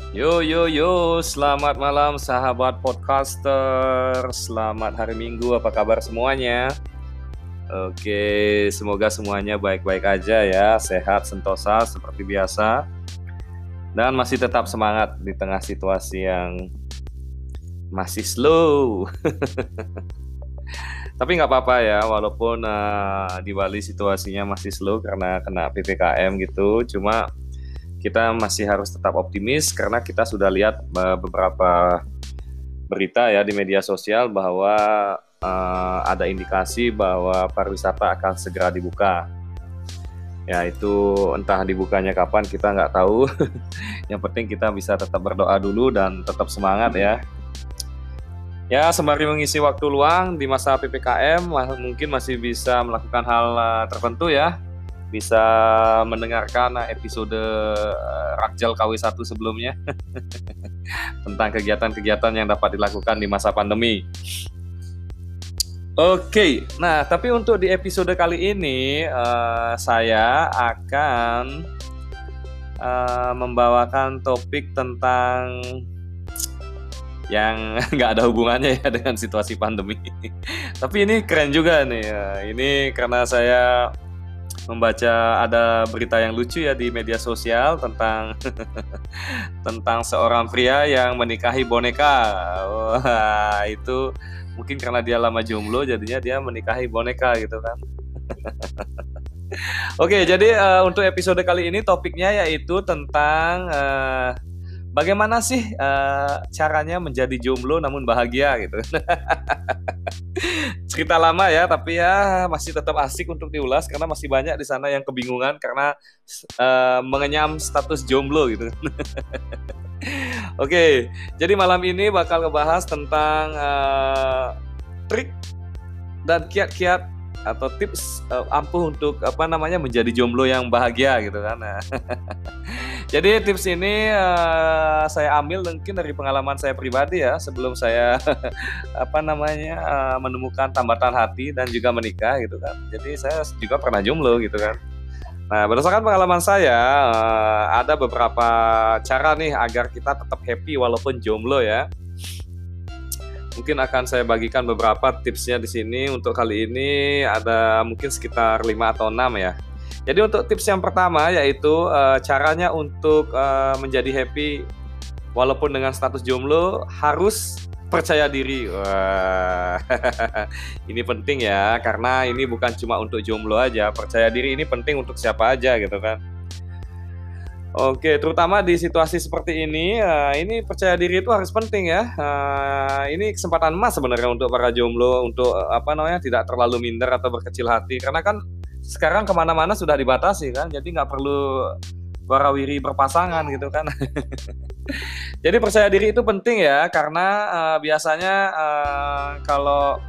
Yo yo yo, selamat malam sahabat podcaster. Selamat hari Minggu, apa kabar semuanya? Oke, semoga semuanya baik-baik aja ya, sehat sentosa seperti biasa. Dan masih tetap semangat di tengah situasi yang masih slow. Tapi nggak apa-apa ya, walaupun di Bali situasinya masih slow karena kena PPKM gitu. Cuma kita masih harus tetap optimis karena kita sudah lihat beberapa berita ya di media sosial bahwa ada indikasi bahwa pariwisata akan segera dibuka. Ya itu entah dibukanya kapan kita nggak tahu. Yang penting kita bisa tetap berdoa dulu dan tetap semangat ya. Ya sembari mengisi waktu luang di masa PPKM mungkin masih bisa melakukan hal tertentu ya. Bisa mendengarkan episode Rakjal KW1 sebelumnya tentang kegiatan-kegiatan yang dapat dilakukan di masa pandemi. Oke, nah tapi untuk di episode kali ini saya akan membawakan topik tentang yang nggak ada hubungannya ya dengan situasi pandemi. Tapi ini keren juga nih. Ini karena saya membaca ada berita yang lucu ya di media sosial tentang tentang seorang pria yang menikahi boneka. Wah, itu mungkin karena dia lama jomblo jadinya dia menikahi boneka gitu kan. Oke, jadi untuk episode kali ini topiknya yaitu tentang bagaimana sih caranya menjadi jomblo namun bahagia gitu. Cerita lama ya, tapi ya masih tetap asik untuk diulas karena masih banyak di sana yang kebingungan karena mengenyam status jomblo gitu. Oke, jadi malam ini bakal ngebahas tentang trik dan kiat-kiat atau tips ampuh untuk menjadi jomblo yang bahagia gitu kan. Jadi tips ini saya ambil mungkin dari pengalaman saya pribadi ya sebelum saya menemukan tambatan hati dan juga menikah gitu kan. Jadi saya juga pernah jomblo gitu kan. Nah, berdasarkan pengalaman saya ada beberapa cara nih agar kita tetap happy walaupun jomblo ya. Mungkin akan saya bagikan beberapa tipsnya di sini. Untuk kali ini ada mungkin sekitar 5 atau 6 ya. Jadi untuk tips yang pertama yaitu caranya untuk menjadi happy walaupun dengan status jomblo harus percaya diri. Wah, ini penting ya karena ini bukan cuma untuk jomblo aja. Percaya diri ini penting untuk siapa aja gitu kan. Oke, terutama di situasi seperti ini percaya diri itu harus penting ya. Ini kesempatan emas sebenarnya untuk para jomblo untuk tidak terlalu minder atau berkecil hati karena kan sekarang kemana-mana sudah dibatasi kan, jadi nggak perlu warawiri berpasangan gitu kan. Jadi percaya diri itu penting ya karena biasanya kalau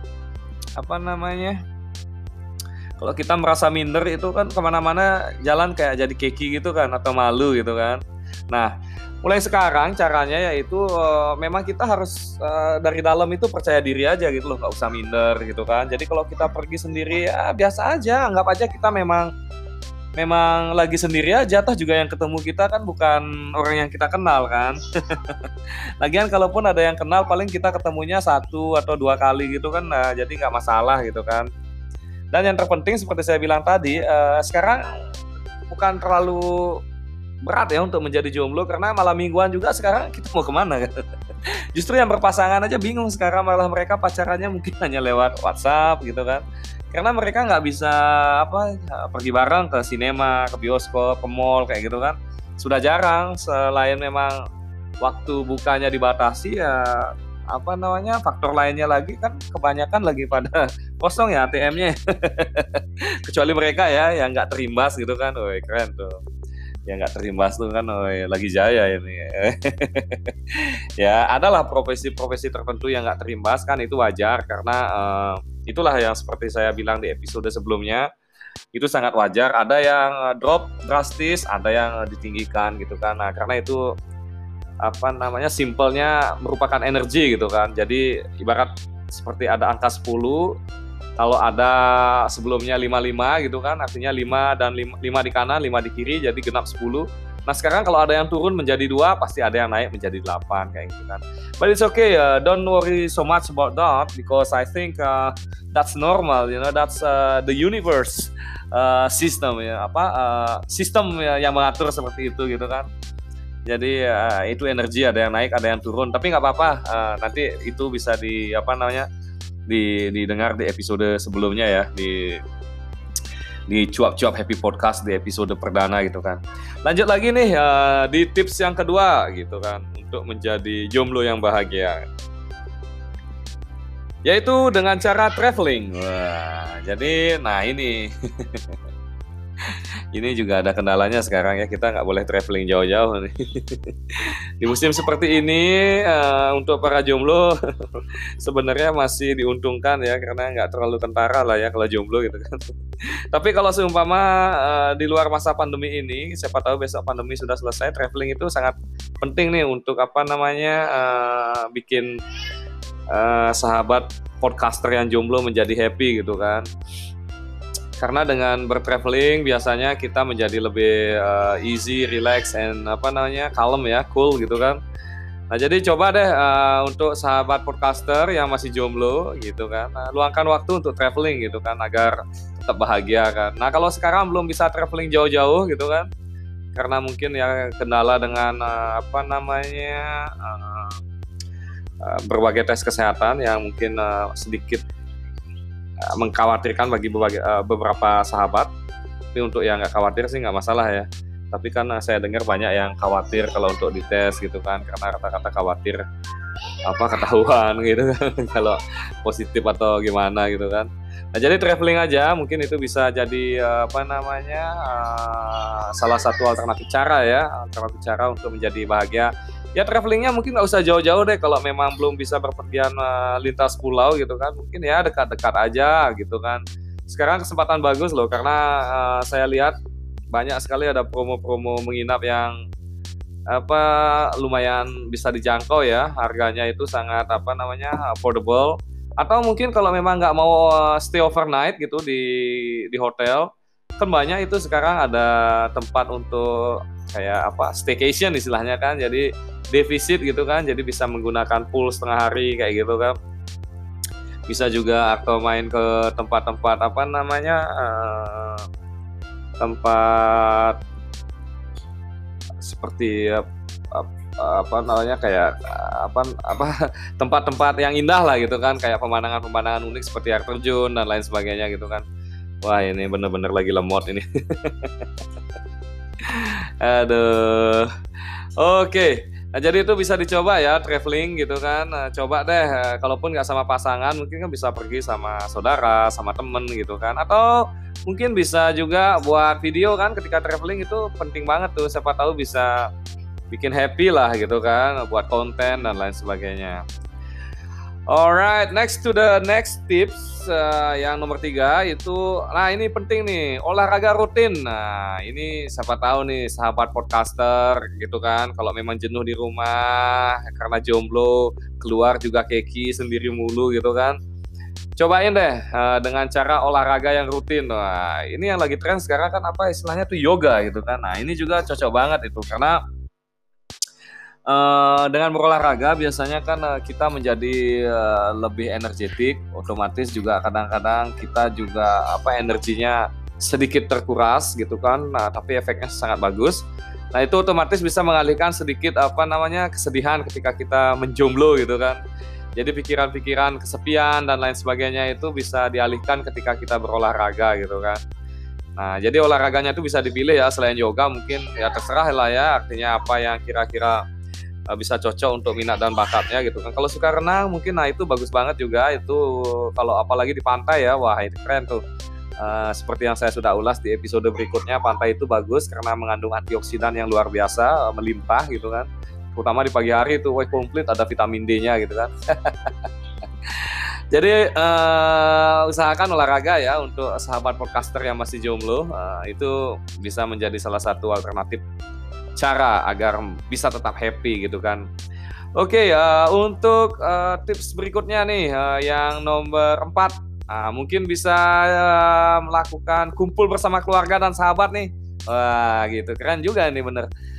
kalau kita merasa minder itu kan kemana-mana jalan kayak jadi keki gitu kan atau malu gitu kan. Nah mulai sekarang caranya yaitu memang kita harus dari dalam itu percaya diri aja gitu loh, nggak usah minder gitu kan. Jadi kalau kita pergi sendiri ya biasa aja, anggap aja kita memang lagi sendiri aja, toh juga yang ketemu kita kan bukan orang yang kita kenal kan. Lagian kalaupun ada yang kenal paling kita ketemunya 1 atau 2 kali gitu kan, nah, jadi nggak masalah gitu kan. Dan yang terpenting seperti saya bilang tadi, sekarang bukan terlalu berat ya untuk menjadi jomblo karena malam mingguan juga sekarang kita mau kemana kan? Justru yang berpasangan aja bingung sekarang, malah mereka pacarannya mungkin hanya lewat WhatsApp gitu kan. Karena mereka nggak bisa pergi bareng ke sinema, ke bioskop, ke mall kayak gitu kan. Sudah jarang, selain memang waktu bukanya dibatasi ya faktor lainnya lagi kan kebanyakan lagi pada kosong ya ATM-nya. Kecuali mereka ya yang nggak terimbas gitu kan. Woi keren tuh. Yang nggak terimbas tuh kan lagi jaya ini. Ya adalah profesi-profesi tertentu yang nggak terimbas kan, itu wajar karena itulah yang seperti saya bilang di episode sebelumnya, itu sangat wajar. Ada yang drop drastis, ada yang ditinggikan gitu kan. Nah karena itu simpelnya merupakan energi gitu kan. Jadi ibarat seperti ada angka 10, kalau ada sebelumnya 55 gitu kan, artinya 5 dan 5 di kanan, 5 di kiri, jadi genap 10. Nah sekarang kalau ada yang turun menjadi 2, pasti ada yang naik menjadi 8 kayak gitu kan. But it's okay, don't worry so much about that because I think that's normal, that's the universe system ya, sistem yang mengatur seperti itu gitu kan. Jadi itu energi, ada yang naik, ada yang turun, tapi nggak apa-apa. Nanti itu bisa didengar di episode sebelumnya ya, di cuap-cuap happy podcast di episode perdana gitu kan. Lanjut lagi nih di tips yang kedua gitu kan, untuk menjadi jomblo yang bahagia, yaitu dengan cara traveling. Wah, jadi nah ini ini juga ada kendalanya sekarang ya, kita nggak boleh traveling jauh-jauh nih. Di musim seperti ini untuk para jomblo sebenarnya masih diuntungkan ya, karena nggak terlalu kentara lah ya kalau jomblo gitu kan. Tapi kalau seumpama di luar masa pandemi ini, siapa tahu besok pandemi sudah selesai, traveling itu sangat penting nih untuk bikin sahabat podcaster yang jomblo menjadi happy gitu kan. Karena dengan bertraveling biasanya kita menjadi lebih easy, relax, and calm ya, cool gitu kan. Nah jadi coba deh untuk sahabat podcaster yang masih jomblo gitu kan, luangkan waktu untuk traveling gitu kan, agar tetap bahagia kan. Nah kalau sekarang belum bisa traveling jauh-jauh gitu kan, karena mungkin ya kendala dengan berbagai tes kesehatan yang mungkin sedikit mengkhawatirkan bagi beberapa sahabat. Tapi untuk yang nggak khawatir sih nggak masalah ya. Tapi kan saya dengar banyak yang khawatir kalau untuk dites gitu kan, karena kata-kata khawatir ketahuan gitu kan kalau positif atau gimana gitu kan. Nah jadi traveling aja mungkin itu bisa jadi salah satu alternatif cara untuk menjadi bahagia. Ya travelingnya mungkin nggak usah jauh-jauh deh, kalau memang belum bisa berpergian lintas pulau gitu kan, mungkin ya dekat-dekat aja gitu kan. Sekarang kesempatan bagus loh, karena saya lihat banyak sekali ada promo-promo menginap yang lumayan bisa dijangkau ya, harganya itu sangat affordable. Atau mungkin kalau memang nggak mau stay overnight gitu di hotel, kan banyak itu sekarang ada tempat untuk kayak staycation istilahnya kan, jadi defisit gitu kan, jadi bisa menggunakan pool setengah hari kayak gitu kan. Bisa juga atau main ke tempat-tempat tempat seperti tempat-tempat yang indah lah gitu kan, kayak pemandangan-pemandangan unik seperti air terjun dan lain sebagainya gitu kan. Wah ini bener-bener lagi lemot ini. Aduh. Oke. Nah, jadi itu bisa dicoba ya traveling gitu kan. Nah, coba deh, kalaupun nggak sama pasangan, mungkin kan bisa pergi sama saudara, sama temen gitu kan. Atau mungkin bisa juga buat video kan, ketika traveling itu penting banget tuh. Siapa tahu bisa bikin happy lah gitu kan, buat konten dan lain sebagainya. Alright, next tips yang nomor 3 itu, nah ini penting nih, olahraga rutin. Nah ini siapa tahu nih sahabat podcaster gitu kan, kalau memang jenuh di rumah karena jomblo, keluar juga keki sendiri mulu gitu kan, cobain deh dengan cara olahraga yang rutin. Nah ini yang lagi tren sekarang kan istilahnya tuh yoga gitu kan. Nah ini juga cocok banget itu, karena dengan berolahraga biasanya kan kita menjadi lebih energetik, otomatis juga kadang-kadang kita juga energinya sedikit terkuras gitu kan. Nah, tapi efeknya sangat bagus. Nah, itu otomatis bisa mengalihkan sedikit kesedihan ketika kita menjomblo gitu kan. Jadi pikiran-pikiran kesepian dan lain sebagainya itu bisa dialihkan ketika kita berolahraga gitu kan. Nah, jadi olahraganya itu bisa dipilih ya, selain yoga mungkin ya terserah lah ya, artinya apa yang kira-kira bisa cocok untuk minat dan bakatnya gitu kan. Kalau suka renang mungkin itu bagus banget juga itu, kalau apalagi di pantai ya, wah itu keren tuh. Seperti yang saya sudah ulas di episode berikutnya, pantai itu bagus karena mengandung antioksidan yang luar biasa, melimpah gitu kan. Terutama di pagi hari itu komplit ada vitamin D-nya gitu kan. Jadi usahakan olahraga ya untuk sahabat podcaster yang masih jomblo, itu bisa menjadi salah satu alternatif cara agar bisa tetap happy gitu kan. Oke, untuk tips berikutnya nih, yang nomor 4, mungkin bisa melakukan kumpul bersama keluarga dan sahabat nih. Wah gitu, keren juga nih bener.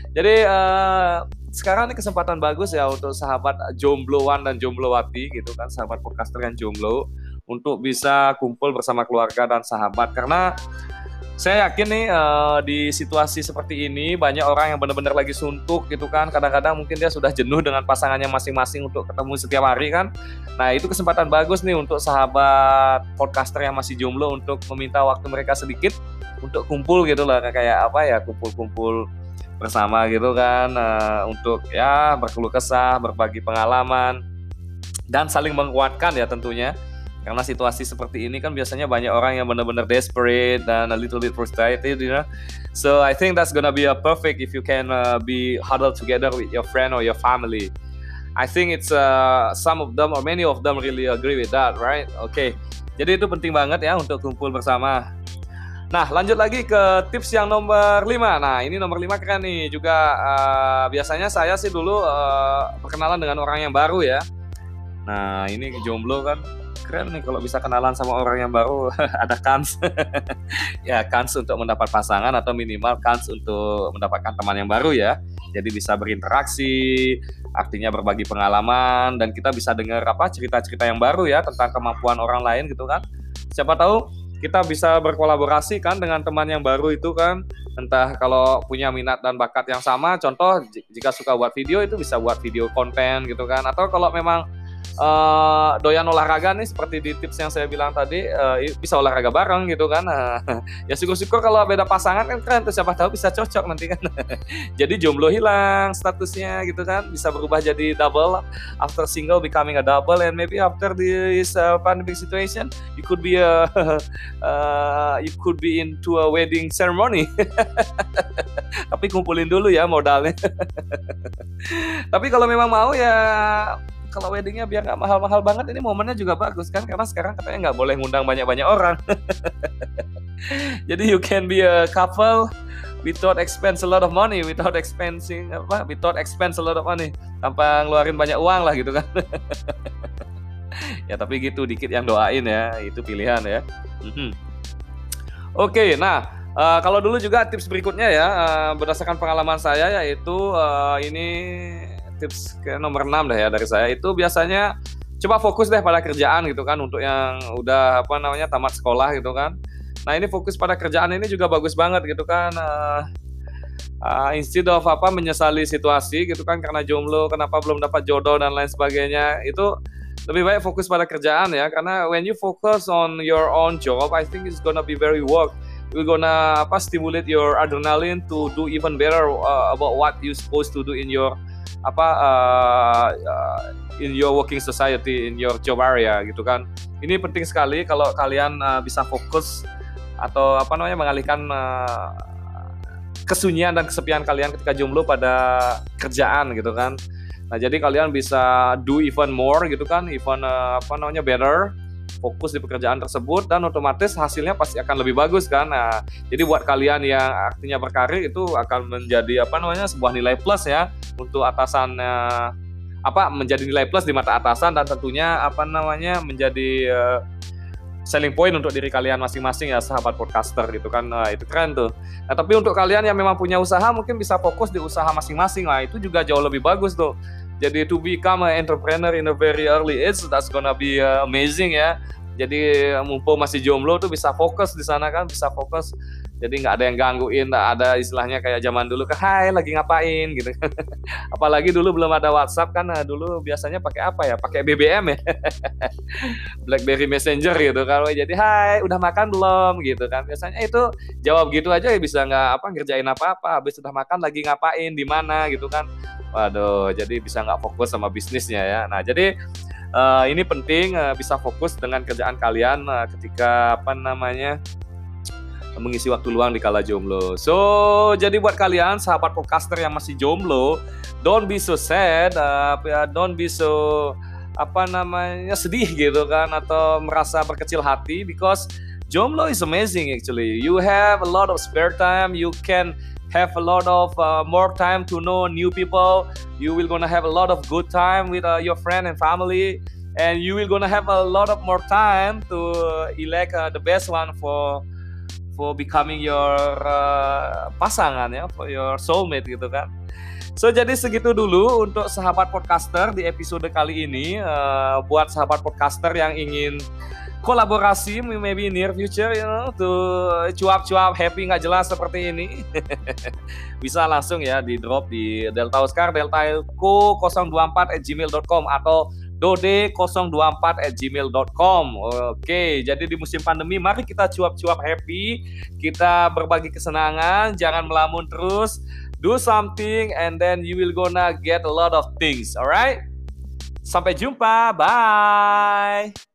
Jadi sekarang ini kesempatan bagus ya untuk sahabat jombloan dan jomblowati gitu kan, sahabat podcaster yang jomblo untuk bisa kumpul bersama keluarga dan sahabat. Karena saya yakin nih di situasi seperti ini banyak orang yang benar-benar lagi suntuk gitu kan. Kadang-kadang mungkin dia sudah jenuh dengan pasangannya masing-masing untuk ketemu setiap hari kan. Nah itu kesempatan bagus nih untuk sahabat podcaster yang masih jomblo untuk meminta waktu mereka sedikit untuk kumpul gitu lah, kayak apa ya, kumpul-kumpul bersama gitu kan, untuk ya berkeluh kesah, berbagi pengalaman dan saling menguatkan ya tentunya. Karena situasi seperti ini kan biasanya banyak orang yang benar-benar desperate dan a little bit frustrated, you know. So I think that's gonna be a perfect if you can be huddled together with your friend or your family. I think it's some of them or many of them really agree with that, right? Okay. Jadi itu penting banget ya untuk kumpul bersama. Nah, lanjut lagi ke tips yang nomor 5. Nah, ini nomor 5 keren nih. Juga biasanya saya sih dulu berkenalan dengan orang yang baru ya. Nah, ini jomblo kan keren nih kalau bisa kenalan sama orang yang baru. Ada kans. Ya, kans untuk mendapat pasangan atau minimal kans untuk mendapatkan teman yang baru ya. Jadi bisa berinteraksi, artinya berbagi pengalaman, dan kita bisa dengar cerita-cerita yang baru ya tentang kemampuan orang lain gitu kan. Siapa tahu kita bisa berkolaborasi kan dengan teman yang baru itu kan. Entah kalau punya minat dan bakat yang sama, contoh jika suka buat video itu bisa buat video konten gitu kan. Atau kalau memang doyan olahraga nih seperti di tips yang saya bilang tadi, bisa olahraga bareng gitu kan. Ya syukur-syukur kalau beda pasangan kan keren tuh, siapa tahu bisa cocok nanti kan. Jadi jomblo hilang statusnya gitu kan, bisa berubah jadi double, after single becoming a double, and maybe after this pandemic situation you could be into a wedding ceremony. Tapi kumpulin dulu ya modalnya. Tapi kalau memang mau ya, kalau weddingnya biar nggak mahal-mahal banget, ini momennya juga bagus kan, karena sekarang katanya nggak boleh ngundang banyak-banyak orang. Jadi you can be a couple without expense a lot of money, without expense a lot of money, tanpa ngeluarin banyak uang lah gitu kan. Ya tapi gitu, dikit yang doain ya, itu pilihan ya. Oke, nah kalau dulu juga tips berikutnya ya, berdasarkan pengalaman saya yaitu ini tips ke nomor 6 dah ya dari saya, itu biasanya coba fokus deh pada kerjaan gitu kan, untuk yang udah tamat sekolah gitu kan. Nah ini fokus pada kerjaan ini juga bagus banget gitu kan, instead of menyesali situasi gitu kan karena jomblo, kenapa belum dapat jodoh dan lain sebagainya, itu lebih baik fokus pada kerjaan ya. Karena when you focus on your own job, I think it's gonna be very work. We're gonna stimulate your adrenaline to do even better about what you supposed to do in your in your working society, in your job area gitu kan. Ini penting sekali kalau kalian bisa fokus atau mengalihkan kesunyian dan kesepian kalian ketika jomblo pada kerjaan gitu kan. Nah jadi kalian bisa do even more gitu kan, even better, fokus di pekerjaan tersebut, dan otomatis hasilnya pasti akan lebih bagus kan. Nah, jadi buat kalian yang artinya berkarir itu akan menjadi sebuah nilai plus ya untuk atasannya, menjadi nilai plus di mata atasan, dan tentunya menjadi selling point untuk diri kalian masing-masing ya sahabat podcaster gitu kan. Itu keren tuh. Nah, tapi untuk kalian yang memang punya usaha mungkin bisa fokus di usaha masing-masing. Nah, itu juga jauh lebih bagus tuh. Jadi to become an entrepreneur in a very early age, that's gonna be amazing ya. Jadi mumpung masih jomblo tuh bisa fokus di sana kan, bisa fokus. Jadi nggak ada yang gangguin, nggak ada istilahnya kayak zaman dulu kan, hai lagi ngapain gitu kan. Apalagi dulu belum ada WhatsApp kan, dulu biasanya pakai pakai BBM ya. BlackBerry Messenger gitu kan. Jadi hai udah makan belum gitu kan. Biasanya itu jawab gitu aja ya, bisa nggak ngerjain apa-apa. Habis udah makan lagi ngapain, di mana gitu kan. Waduh, jadi bisa nggak fokus sama bisnisnya ya. Nah, jadi ini penting bisa fokus dengan kerjaan kalian ketika mengisi waktu luang di kala jomblo. So, jadi buat kalian sahabat podcaster yang masih jomblo, don't be so sad, don't be so sedih gitu kan, atau merasa berkecil hati, because jomblo is amazing actually. You have a lot of spare time, you can have a lot of more time to know new people. You will gonna have a lot of good time with your friend and family, and you will gonna have a lot of more time to elect the best one for for becoming your pasangan ya, for your soulmate gitu kan. So jadi segitu dulu untuk sahabat podcaster di episode kali ini. Buat sahabat podcaster yang ingin kolaborasi maybe near future, you know, tuh cuap-cuap happy nggak jelas seperti ini, bisa langsung ya di drop di Delta Oscar Delta Echo 024@gmail.com atau dode024@gmail.com. Oke, jadi di musim pandemi mari kita cuap-cuap happy, kita berbagi kesenangan, jangan melamun terus, do something and then you will gonna get a lot of things, alright? Sampai jumpa, bye.